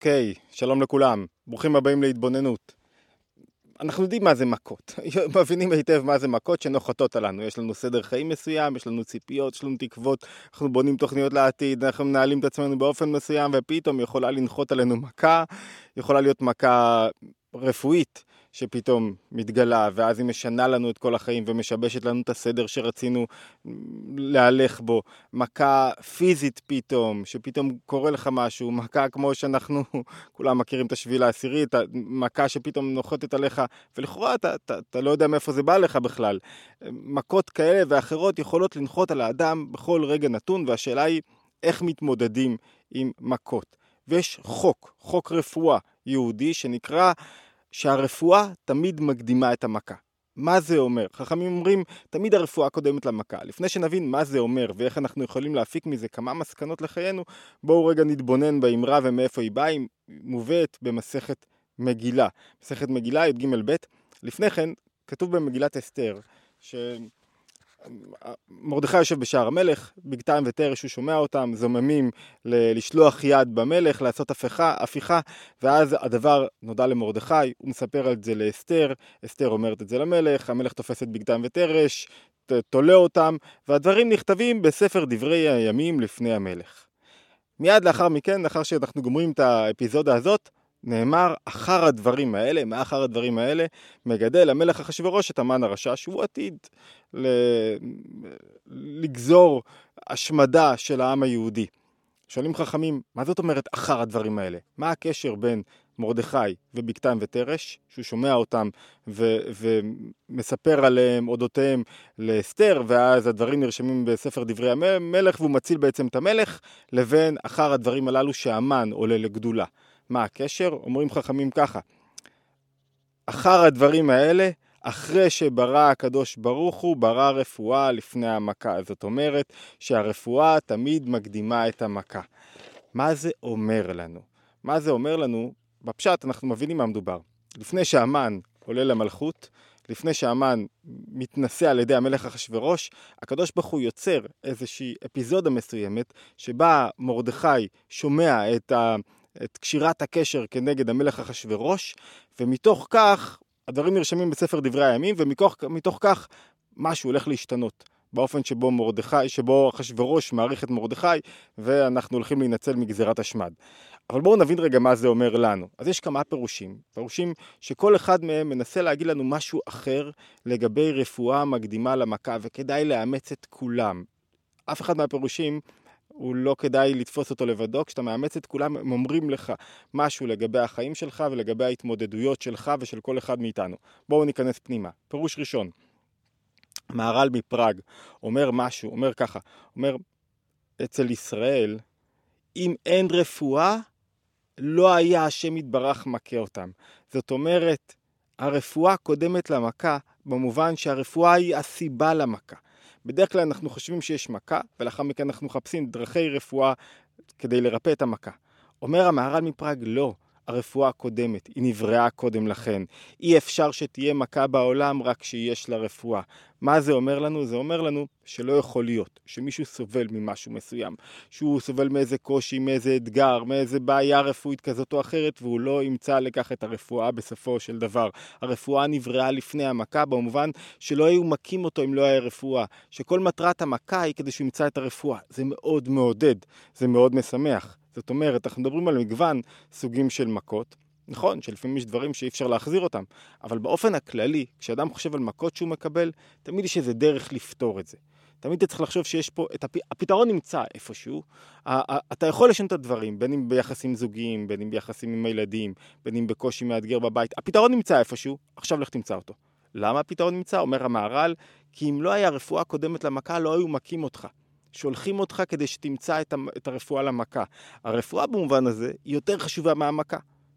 אוקיי, שלום לכולם, ברוכים הבאים להתבוננות. אנחנו יודעים מה זה מכות, מבינים היטב מה זה מכות שנוחתות עלינו. יש לנו סדר חיים מסוים, יש לנו ציפיות, יש לנו תקוות, אנחנו בונים תוכניות לעתיד, אנחנו מנהלים את עצמנו באופן מסוים, ופתאום יכולה לנחות עלינו מכה, יכולה להיות מכה רפואית שפתאום מתגלה, ואז היא משנה לנו את כל החיים ומשבשת לנו את הסדר שרצינו להלך בו. מכה פיזית פתאום, שפתאום קורה לך משהו, מכה כמו שאנחנו כולם מכירים את השביל העשירית, מכה שפתאום נוחתת עליך, ולכאורה אתה לא יודע מאיפה זה בא לך בכלל. מכות כאלה ואחרות יכולות לנחות על האדם בכל רגע נתון, והשאלה היא איך מתמודדים עם מכות. ויש חוק רפואה יהודי שנקרא שהרפואה תמיד מקדימה את המכה. מה זה אומר? חכמים אומרים, תמיד הרפואה קודמת למכה. לפני שנבין מה זה אומר ואיך אנחנו יכולים להפיק מזה כמה מסקנות לחיינו, בואו רגע נתבונן באמרה ומאיפה היא באה. היא מובאת במסכת מגילה. מסכת מגילה, י"ג ב'. לפני כן, כתוב במגילת אסתר, מרדכי יושב בשער המלך, בגתיים ותרש הוא שומע אותם, זוממים לשלוח יד במלך, לעשות הפיכה, ואז הדבר נודע למרדכי, הוא מספר על זה לאסתר, אסתר אומרת את זה למלך, המלך תופס את בגתיים ותרש, תולה אותם, והדברים נכתבים בספר דברי הימים לפני המלך. מיד לאחר מכן, לאחר שאנחנו גומרים את האפיזודה הזאת, נאמר, אחר הדברים האלה, מאחר הדברים האלה, מגדל המלך אחשוורוש את המן הרשע, שהוא עתיד לגזור השמדה של העם היהודי. שואלים חכמים, מה זאת אומרת אחר הדברים האלה? מה הקשר בין מרדכי ובגתיים ותרש, שהוא שומע אותם ומספר עליהם, אודותיהם לאסתר, ואז הדברים נרשמים בספר דברי המלך, והוא מציל בעצם את המלך, לבין אחר הדברים הללו שהמן עולה לגדולה. מה הקשר? אומרים חכמים ככה, אחר הדברים האלה, אחרי שברא הקדוש ברוך הוא, ברא רפואה לפני המכה. זאת אומרת שהרפואה תמיד מקדימה את המכה. מה זה אומר לנו? מה זה אומר לנו? בפשט אנחנו מבינים מה מדובר. לפני שהמן עולה למלכות, לפני שהמן מתנשא על ידי המלך אחשוורוש, הקדוש ברוך הוא יוצר איזושהי אפיזודה מסוימת, שבה מרדכי שומע את קשירת הקשר כנגד המלך אחשוורוש, ומתוך כך הדברים נרשמים בספר דברי הימים, ומתוך כך משהו הולך להשתנות באופן שבו אחשוורוש מעריך את מרדכי, ואנחנו הולכים להינצל מגזירת השמד. אבל בואו נבין רגע מה זה אומר לנו. אז יש כמה פירושים שכל אחד מהם מנסה להגיד לנו משהו אחר לגבי רפואה מקדימה למכה, וכדאי לאמץ את כולם. אף אחד מהפירושים הוא לא כדאי לתפוס אותו לבדו. כשאתה מאמץ את כולם, הם אומרים לך משהו לגבי החיים שלך ולגבי ההתמודדויות שלך ושל כל אחד מאיתנו. בואו ניכנס פנימה. פירוש ראשון, מהר"ל מפראג אומר ככה, אומר, אצל ישראל, אם אין רפואה, לא היה השם יתברך מכה אותם. זאת אומרת, הרפואה קודמת למכה, במובן שהרפואה היא הסיבה למכה. בדרך כלל אנחנו חושבים שיש מכה, ולאחר מכן אנחנו מחפשים דרכי רפואה כדי לרפא את המכה. אומר המהר"ל מפראג, לא, הרפואה קודמת, היא נבראה קודם לכן. אי אפשר שתהיה מכה בעולם רק שיש לה רפואה. מה זה אומר לנו? זה אומר לנו שלא יכול להיות שמישהו סובל ממשהו מסוים, שהוא סובל מאיזה קושי, מאיזה אתגר, מאיזה בעיה רפואית כזאת או אחרת, והוא לא ימצא לכך את הרפואה בסופו של דבר. הרפואה נבראה לפני המכה, במובן שלא היו מכים אותו אם לא היה רפואה, שכל מטרת המכה היא כדי שהוא ימצא את הרפואה. זה מאוד מעודד, זה מאוד משמח. זאת אומרת, אנחנו מדברים על מגוון סוגים של מכות, נכון, שלפעמים יש דברים שאי אפשר להחזיר אותם, אבל באופן הכללי, כשאדם חושב על מכות שהוא מקבל, תמיד יש איזה דרך לפתור את זה. תמיד אתה צריך לחשוב שיש פה, הפתרון נמצא איפשהו, אתה יכול לשנות את הדברים, בין אם ביחסים זוגיים, בין אם ביחסים עם הילדים, בין אם בקושי מאתגר בבית, הפתרון נמצא איפשהו, עכשיו לך תמצא אותו. למה הפתרון נמצא? אומר המהר"ל, כי אם לא היה רפואה קודמת למכה, לא היו מכים אותך. שולחים אותך כדי שתמצא את הרפואה למכה. הרפואה במובן הזה היא יותר חשובה מהמכה.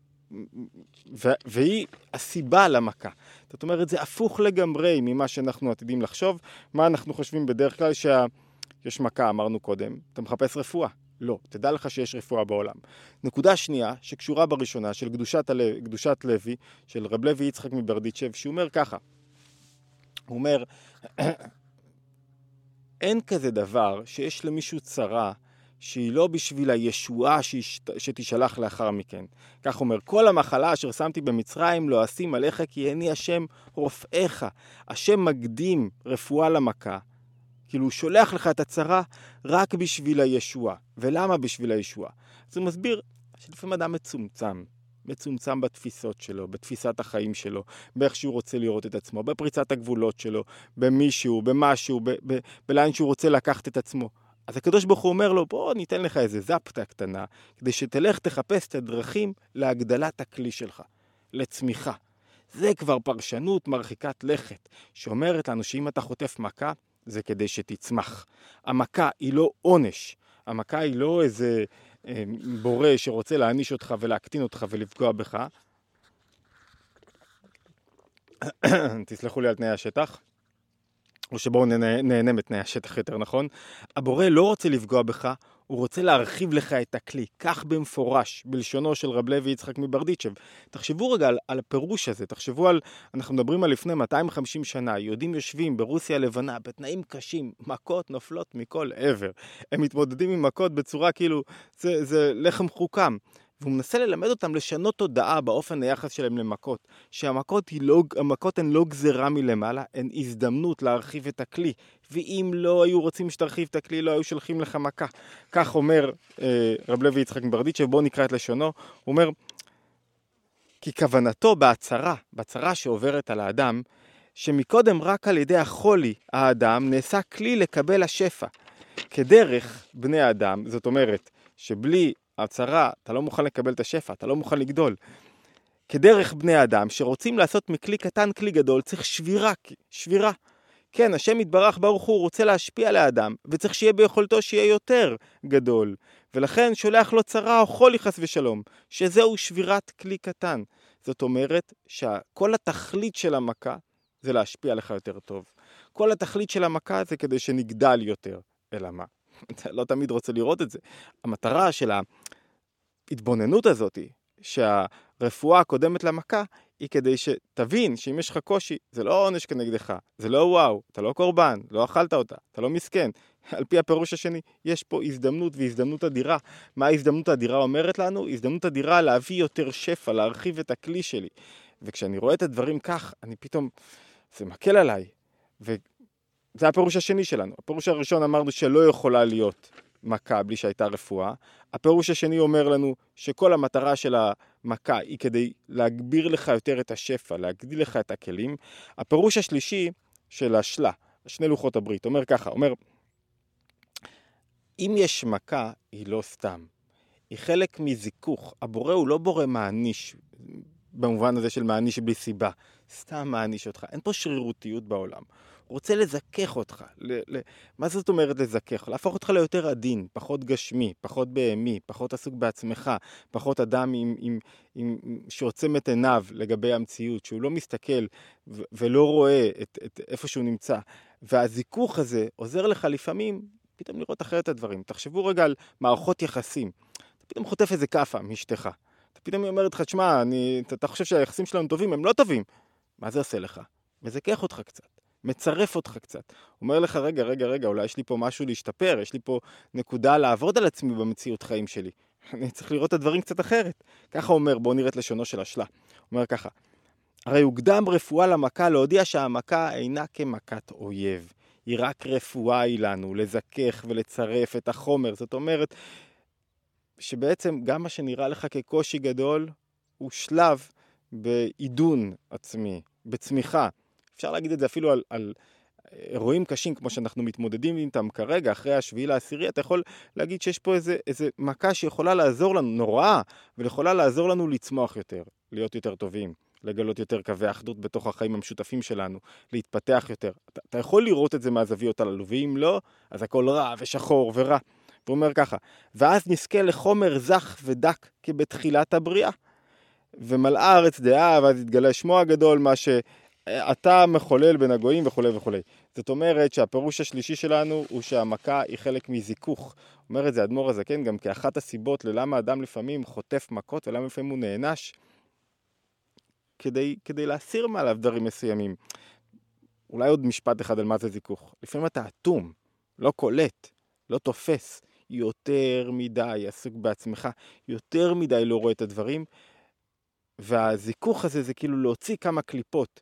והיא הסיבה למכה. זאת אומרת, זה הפוך לגמרי ממה שאנחנו עתידים לחשוב. מה אנחנו חושבים בדרך כלל שיש מכה, אמרנו קודם, אתה מחפש רפואה. לא, תדע לך שיש רפואה בעולם. נקודה שנייה, שקשורה בראשונה, של קדושת לוי, של רב לוי יצחק מברדיצ'ב, שהוא אומר ככה. הוא אומר, אין כזה דבר שיש למישהו צרה שהיא לא בשביל הישועה שתשלח לאחר מכן. כך אומר, כל המחלה אשר שמתי במצרים לא אשים עליך, כי אני השם רופאיך. השם מקדים רפואה למכה, כאילו הוא שולח לך את הצרה רק בשביל הישועה. ולמה בשביל הישועה? אז הוא מסביר שלפעמים אדם מצומצם בתפיסות שלו, בתפיסת החיים שלו, באיך שהוא רוצה לראות את עצמו, בפריצת הגבולות שלו, במישהו, במשהו, בלאן שהוא רוצה לקחת את עצמו. אז הקדוש ברוך הוא אומר לו, בוא ניתן לך איזה זפתה קטנה, כדי שתלך תחפש את הדרכים להגדלת הכלי שלך, לצמיחה. זה כבר פרשנות מרחיקת לכת, שאומרת לנו שאם אתה חוטף מכה, זה כדי שתצמח. המכה היא לא עונש, המכה היא לא איזה בורא שרוצה להעניש אותך ולהקטין אותך ולפגוע בך. תסלחו לי על תנאי השטח. או שבואו נהנה מתנאי השטח יותר נכון. הבורא לא רוצה לפגוע בך, הוא רוצה להרחיב לך את הכלי. כך במפורש, בלשונו של רב לוי יצחק מברדיצ'ב. תחשבו רגע על הפירוש הזה, תחשבו אנחנו מדברים על לפני 250 שנה, יהודים יושבים ברוסיה הלבנה, בתנאים קשים, מכות נופלות מכל עבר. הם מתמודדים עם מכות בצורה כאילו, זה לחם חוקם. והוא מנסה ללמד אותם לשנות תודעה באופן היחס שלהם למכות, שהמכות הן לא גזרה מלמעלה, הן הזדמנות להרחיב את הכלי, ואם לא היו רוצים שתרחיב את הכלי, לא היו שולחים לך מכה. כך אומר רב לוי יצחק מברדיצ'ב, בואו נקרא את לשונו, הוא אומר, כי כוונתו בצרה שעוברת על האדם, שמקודם רק על ידי החולי האדם נעשה כלי לקבל השפע. כדרך בני האדם, זאת אומרת שבלי הצרה, אתה לא מוכן לקבל את השפע, אתה לא מוכן לגדול. כדרך בני האדם שרוצים לעשות מכלי קטן כלי גדול, צריך שבירה. כן, השם יתברך ברוך הוא רוצה להשפיע על האדם, וצריך שיהיה ביכולתו שיהיה יותר גדול. ולכן שולח לו צרה או חולי חס ושלום, שזהו שבירת כלי קטן. זאת אומרת שכל התכלית של המכה זה להשפיע לך יותר טוב. כל התכלית של המכה זה כדי שנגדל יותר. אלא מה? אתה לא תמיד רוצה לראות את זה. המטרה של ההתבוננות הזאת, שהרפואה הקודמת למכה, היא כדי שתבין שאם יש לך קושי, זה לא עונש כנגדך, זה לא וואו, אתה לא קורבן, לא אכלת אותה, אתה לא מסכן. על פי הפירוש השני, יש פה הזדמנות והזדמנות אדירה. מה ההזדמנות האדירה אומרת לנו? הזדמנות אדירה להביא יותר שפע, להרחיב את הכלי שלי. וכשאני רואה את הדברים כך, אני פתאום, זה מקל עליי. זה הפירוש השני שלנו. הפירוש הראשון אמרנו שלא יכולה להיות מכה בלי שהייתה רפואה. הפירוש השני אומר לנו שכל המטרה של המכה היא כדי להגביר לך יותר את השפע, להגדיל לך את הכלים. הפירוש השלישי של השלה, שני לוחות הברית, אומר ככה, אומר, אם יש מכה, היא לא סתם. היא חלק מזיכוך. הבורא הוא לא בורא מעניש, במובן הזה של מעניש בלי סיבה. סתם מעניש אותך. אין פה שרירותיות בעולם. הוא רוצה לזכך אותך. מה זאת אומרת לזכך? להפוך אותך ליותר עדין, פחות גשמי, פחות בהמי, פחות עסוק בעצמך, פחות אדם שעוצם את עיניו לגבי המציאות, שהוא לא מסתכל ולא רואה את איפה שהוא נמצא. והזיכוך הזה עוזר לך לפעמים פתאום לראות אחרת את הדברים. תחשבו רגע על מערכות יחסים. אתה פתאום חוטף איזה קפה מאשתך. אתה פתאום אומרת לך, תשמע, אתה חושב שהיחסים שלנו טובים, הם לא טובים. מה זה עושה לך? מזכך אותך קצת. מצרף אותך קצת. אומר לך, רגע, אולי יש לי פה משהו להשתפר, יש לי פה נקודה לעבוד על עצמי במציאות חיים שלי. אני צריך לראות את הדברים קצת אחרת. ככה אומר, בואו נראה את לשונו של השלה. אומר ככה, הרי הוקדם רפואה למכה להודיע שהמכה אינה כמכת אויב. היא רק רפואה היא לנו, לזכך ולצרף את החומר. זאת אומרת, שבעצם גם מה שנראה לך כקושי גדול, הוא שלב בעידון עצמי, בצמיחה. אפשר להגיד את זה אפילו על אירועים קשים כמו שאנחנו מתמודדים איתם כרגע, אחרי השביעי לעשירי, אתה יכול להגיד שיש פה איזה מכה שיכולה לעזור לנו, נוראה, ויכולה לעזור לנו לצמוח יותר, להיות יותר טובים, לגלות יותר קווי אחדות בתוך החיים המשותפים שלנו, להתפתח יותר. אתה יכול לראות את זה מהזוויות הללו, ואם לא, אז הכל רע ושחור ורע. הוא אומר ככה, ואז נזכה לחומר זך ודק כבתחילת הבריאה, ומלאה הארץ דעה, ואז יתגלה שמו הגדול, מה שאתה מחולל בין הגויים וכו' וכו'. זאת אומרת שהפירוש השלישי שלנו הוא שהמכה היא חלק מזיכוך. אומר את זה אדמו"ר הזקן גם כאחת הסיבות ללמה אדם לפעמים חוטף מכות ולמה לפעמים הוא נענש, כדי להסיר מעליו דברים מסוימים. אולי עוד משפט אחד על מה זה זיכוך. לפעמים אתה אטום, לא קולט, לא תופס. יותר מדי עסוק בעצמך, יותר מדי לא רואה את הדברים, והזיכוך הזה זה כאילו להוציא כמה קליפות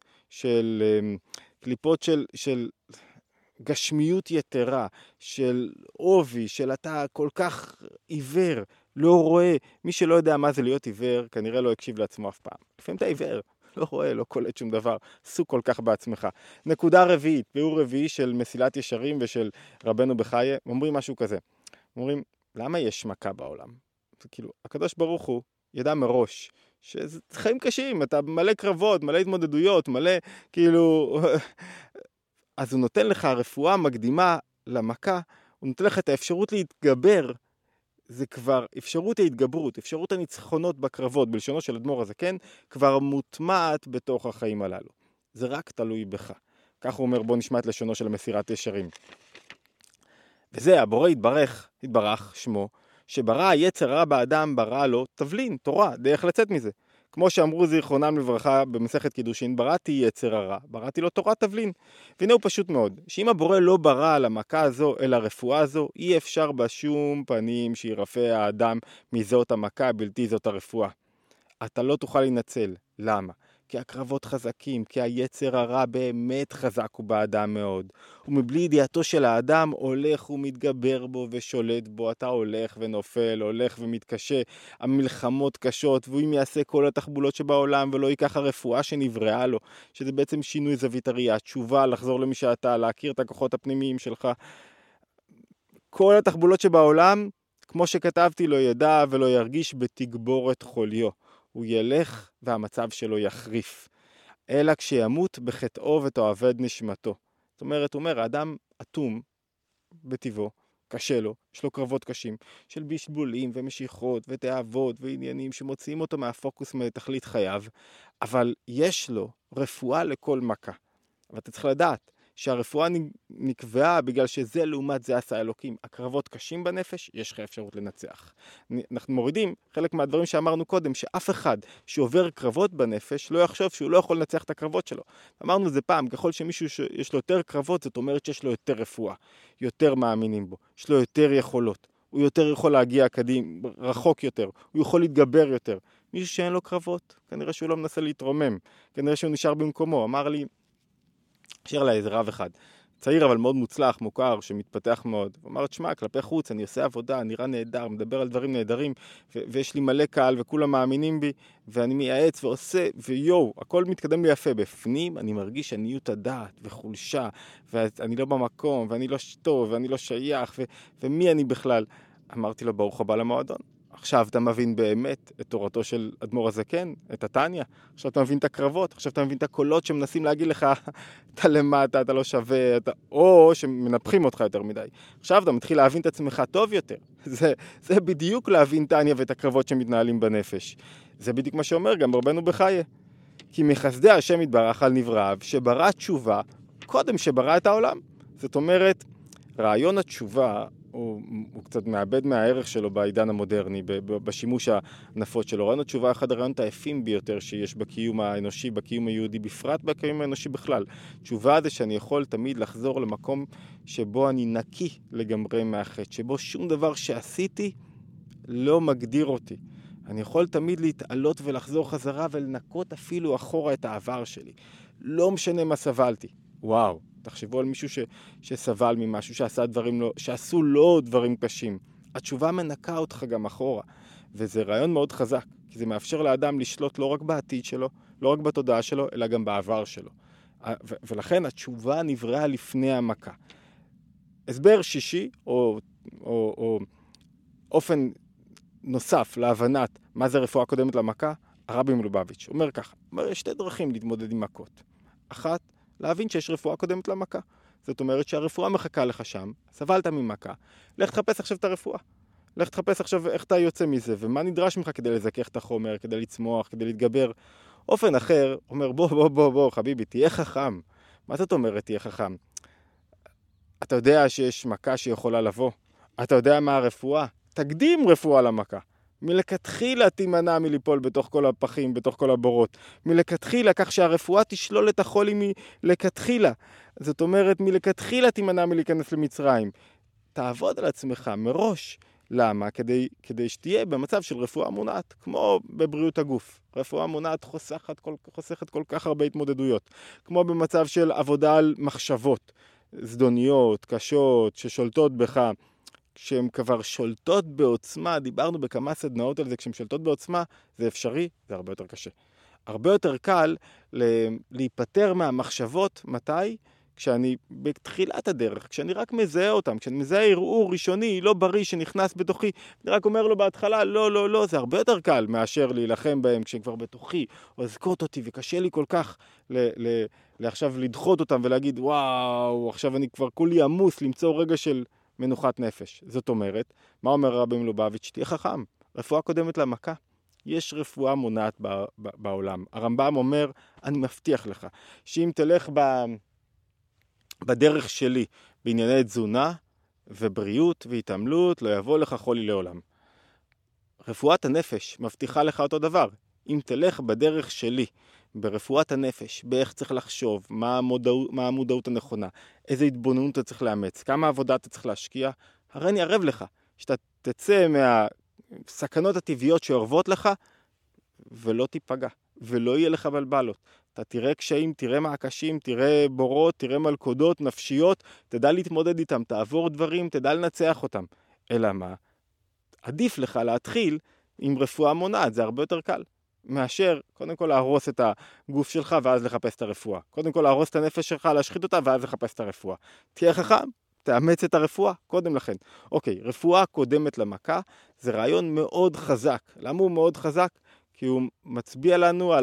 של גשמיות יתרה, של עובי, של אתה כל כך עיוור, לא רואה. מי שלא יודע מה זה להיות עיוור, כנראה לא הקשיב לעצמו אף פעם. לפעמים אתה עיוור, לא רואה, לא קולט שום דבר, עסוק כל כך בעצמך. נקודה רביעית, ביאור רביעי של מסילת ישרים ושל רבנו בחיי, אומרים משהו כזה. אומרים, למה יש מכה בעולם? זה כאילו, הקדוש ברוך הוא ידע מראש, שזה חיים קשים, אתה מלא קרבות, מלא התמודדויות, מלא, כאילו, אז הוא נותן לך רפואה מקדימה למכה, הוא נותן לך את האפשרות להתגבר, זה כבר אפשרות ההתגברות, אפשרות הניצחונות בקרבות, בלשונו של אדמו"ר הזקן, כבר מוטמעת בתוך החיים הללו. זה רק תלוי בך. כך הוא אומר, בוא נשמע את לשונו של מסירת ישרים. וזה, הבורא התברך שמו, שברא היצר הרע באדם, ברא לו תבלין, תורה, דרך לצאת מזה. כמו שאמרו זיכרונם לברכה במסכת קידושין, בראתי יצר הרע, בראתי לו תורה תבלין. והנה הוא פשוט מאוד, שאם הבורא לא ברא על המכה הזו, אלא הרפואה הזו, אי אפשר בשום פנים שירפא האדם מזאת המכה, בלתי זאת הרפואה. אתה לא תוכל להינצל. למה? כי הקרבות חזקים, כי היצר הרע באמת חזק הוא באדם מאוד. ומבלי ידיעתו של האדם הולך ומתגבר בו ושולט בו. אתה הולך ונופל, הולך ומתקשה. המלחמות קשות, ואם יעשה כל התחבולות שבעולם ולא ייקח הרפואה שנבראה לו, שזה בעצם שינוי זווית הראייה, תשובה, לחזור למי שאתה, להכיר את הכוחות הפנימיים שלך. כל התחבולות שבעולם, כמו שכתבתי, לא ידע ולא ירגיש בתגבורת חוליו. הוא ילך והמצב שלו יחריף. אלא כשימות בחטאו ותאבד נשמתו. זאת אומרת, הוא אומר, האדם אטום בטבעו, קשה לו, יש לו קרבות קשים, של בשבולים ומשיכות ותאוות ועניינים שמוציאים אותו מהפוקוס מתכלית חייו, אבל יש לו רפואה לכל מכה. ואתה צריך לדעת שהרפואה נקבעה בגלל שזה לעומת זה עשה אלוקים. הקרבות קשים בנפש, יש לך אפשרות לנצח. אנחנו מורידים חלק מהדברים שאמרנו קודם, שאף אחד שעובר קרבות בנפש לא יחשוב שהוא לא יכול לנצח את הקרבות שלו. אמרנו זה פעם, ככל שמישהו יש לו יותר קרבות, זאת אומרת שיש לו יותר רפואה, יותר מאמינים בו, יש לו יותר יכולות, הוא יותר יכול להגיע קדים, רחוק יותר, הוא יכול להתגבר יותר. מישהו שאין לו קרבות, כנראה שהוא לא מנסה להתרומם, כנראה שהוא נשאר במקומו. אמר לי, שיר לה איזה רב אחד, צעיר אבל מאוד מוצלח, מוכר, שמתפתח מאוד. הוא אמר, תשמע, כלפי חוץ, אני עושה עבודה, נראה נהדר, מדבר על דברים נהדרים, ויש לי מלא קהל וכולם מאמינים בי, ואני מייעץ ועושה, ויו, הכל מתקדם לי יפה. בפנים אני מרגיש עניות הדעת וחולשה, ואני לא במקום, ואני לא טוב, ואני לא שייך, ומי אני בכלל? אמרתי לו, ברוך הבא למועדון. עכשיו אתה מבין באמת את תורתו של אדמו"ר הזקן, את התניא. עכשיו אתה מבין את הקרבות, עכשיו אתה מבין את הקולות שמנסים להגיד לך, אתה למטה, אתה לא שווה, או שמנפחים אותך יותר מדי. עכשיו אתה מתחיל להבין את עצמך טוב יותר. זה בדיוק להבין תניא ואת הקרבות שמתנהלים בנפש. זה בדיוק מה שאומר גם רבנו בחיי. כי מחסדי השם יתברך על נבראיו, שברא תשובה קודם שברא את העולם. זאת אומרת, רעיון התשובה הוא קצת מאבד מהערך שלו בעידן המודרני, בשימוש הנפוץ שלו. רעיון התשובה אחד הרעיונות היפים ביותר שיש בקיום האנושי, בקיום היהודי, בפרט בקיום האנושי בכלל. תשובה זה שאני יכול תמיד לחזור למקום שבו אני נקי לגמרי מהחטא, שבו שום דבר שעשיתי לא מגדיר אותי. אני יכול תמיד להתעלות ולחזור חזרה ולנקות אפילו אחורה את העבר שלי. לא משנה מה סבלתי. וואו. תחשבו על מישהו שסבל ממשהו, שעשו לו דברים קשים. התשובה מנקה אותך גם אחורה. וזה רעיון מאוד חזק, כי זה מאפשר לאדם לשלוט לא רק בעתיד שלו, לא רק בתודעה שלו, אלא גם בעבר שלו. ולכן התשובה נבראה לפני המכה. הסבר שישי, או אופן נוסף להבנת מה זה רפואה קודמת למכה, הרבי מלובביץ' אומר ככה, יש שתי דרכים להתמודד עם מכות. אחת, להבין שיש רפואה קודמת למכה. זאת אומרת שהרפואה מחכה לך שם, סבלת ממכה, לך תחפש עכשיו את הרפואה. לך תחפש עכשיו איך אתה יוצא מזה, ומה נדרש ממך כדי לזכך את החומר, כדי לצמוח, כדי להתגבר. אופן אחר אומר, בוא, חביבי, תהיה חכם. מה זאת אומרת תהיה חכם? אתה יודע שיש מכה שיכולה לבוא. אתה יודע מה הרפואה? תקדים רפואה למכה. מלכתחילה תימנע מליפול בתוך כל הפחים, בתוך כל הבורות. מלכתחילה, כך שהרפואה תשלול את החולי מלכתחילה. זאת אומרת, מלכתחילה תימנע מלהיכנס למצרים. תעבוד על עצמך מראש. למה? כדי שתהיה במצב של רפואה מונעת, כמו בבריאות הגוף. רפואה מונעת חוסכת כל כך הרבה התמודדויות. כמו במצב של עבודה על מחשבות, זדוניות, קשות, ששולטות בך. כשהן כבר שולטות בעוצמה, דיברנו בכמה סדנאות על זה, כשהן שולטות בעוצמה, זה אפשרי, זה הרבה יותר קשה. הרבה יותר קל להיפטר מהמחשבות, מתי? כשאני בתחילת הדרך, כשאני רק מזהה אותם, כשאני מזהה ערעור ראשוני, לא בריא שנכנס בתוכי, אני רק אומר לו בהתחלה, לא, לא, לא, זה הרבה יותר קל מאשר להילחם בהם כשהם כבר בתוכי, או הזכות אותי, וקשה לי כל כך עכשיו לדחות אותם ולהגיד, וואו, עכשיו אני כבר כולי עמוס למצוא רגע של מנוחת נפש. זאת אומרת, מה אומר רבי מלובביץ'? תהיה חכם, רפואה קודמת למכה. יש רפואה מונעת בעולם. הרמב"ם אומר, אני מבטיח לך, שאם תלך בדרך שלי בענייני תזונה ובריאות והתעמלות, לא יבוא לך חולי לעולם. רפואת הנפש מבטיחה לך אותו דבר. אם תלך בדרך שלי, ברפואת הנפש, באיך צריך לחשוב, מה המודעות הנכונה, איזה התבוננות אתה צריך לאמץ, כמה עבודה אתה צריך להשקיע, הרי אני ערב לך, שאתה תצא מהסכנות הטבעיות שאורבות לך, ולא תיפגע, ולא יהיה לך בלבלות. אתה תראה קשיים, תראה מעקשים, תראה בורות, תראה מלכודות נפשיות, תדע להתמודד איתם, תעבור דברים, תדע לנצח אותם. אלא מה? עדיף לך להתחיל עם רפואה מונעת, זה הרבה יותר קל. מאשר, קודם כל להרוס את הגוף שלך ואז לחפש את הרפואה. קודם כל להרוס את הנפש שלך, להשחית אותה ואז לחפש את הרפואה. תהיה חכם, תאמץ את הרפואה קודם לכן. אוקיי, רפואה קודמת למכה, זה רעיון מאוד חזק. למה הוא מאוד חזק? כי הוא מצביע לנו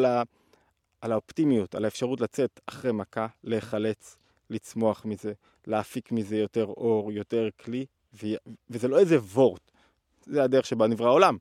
על האופטימיות, על האפשרות לצאת אחרי מכה, להיחלץ, לצמוח מזה, להפיק מזה יותר אור, יותר כלי, וזה לא איזה וורט. זה הדרך שבה נברא העולם.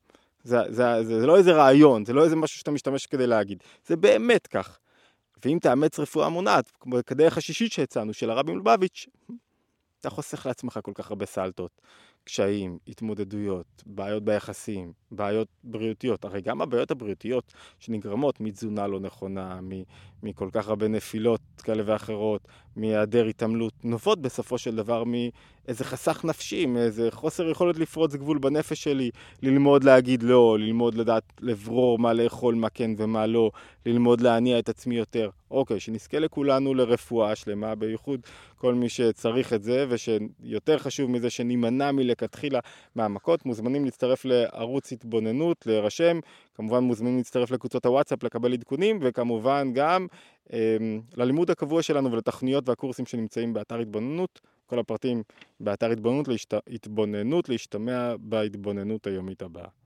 זה לא איזה רעיון, זה לא איזה משהו שאתה משתמש כדי להגיד. זה באמת כך. ואם תאמץ רפואה מונעת, כמו כדרך השישית שהצענו, של הרבי מלובביץ', אתה חוסך לעצמך כל כך הרבה סלטות, קשיים, התמודדויות, בעיות ביחסים, בעיות בריאותיות. הרי גם הבעיות הבריאותיות שנגרמות מתזונה לא נכונה, מכל כך הרבה נפילות כאלה ואחרות, מהיעדר התעמלות, נובעות בסופו של דבר מאיזה חסך נפשי, מאיזה חוסר יכולת לפרוץ גבול בנפש שלי, ללמוד להגיד לא, ללמוד לדעת לברור מה לאכול, מה כן ומה לא, ללמוד להניע את עצמי יותר. אוקיי, שנזכה לכולנו לרפואה שלמה, בייחוד כל מי שצריך את זה, ושיותר חשוב מזה שנימנע מלכתחילה מהמכות. מוזמנים להצטרף לערוץ התבוננות, להירשם, כמובן מוזמנים להצטרף לקבוצות הוואטסאפ לקבל עדכונים, וכמובן גם ללימוד הקבוע שלנו ולתכניות והקורסים שנמצאים באתר התבוננות. כל הפרטים באתר התבוננות להשתמע בהתבוננות היומית הבאה.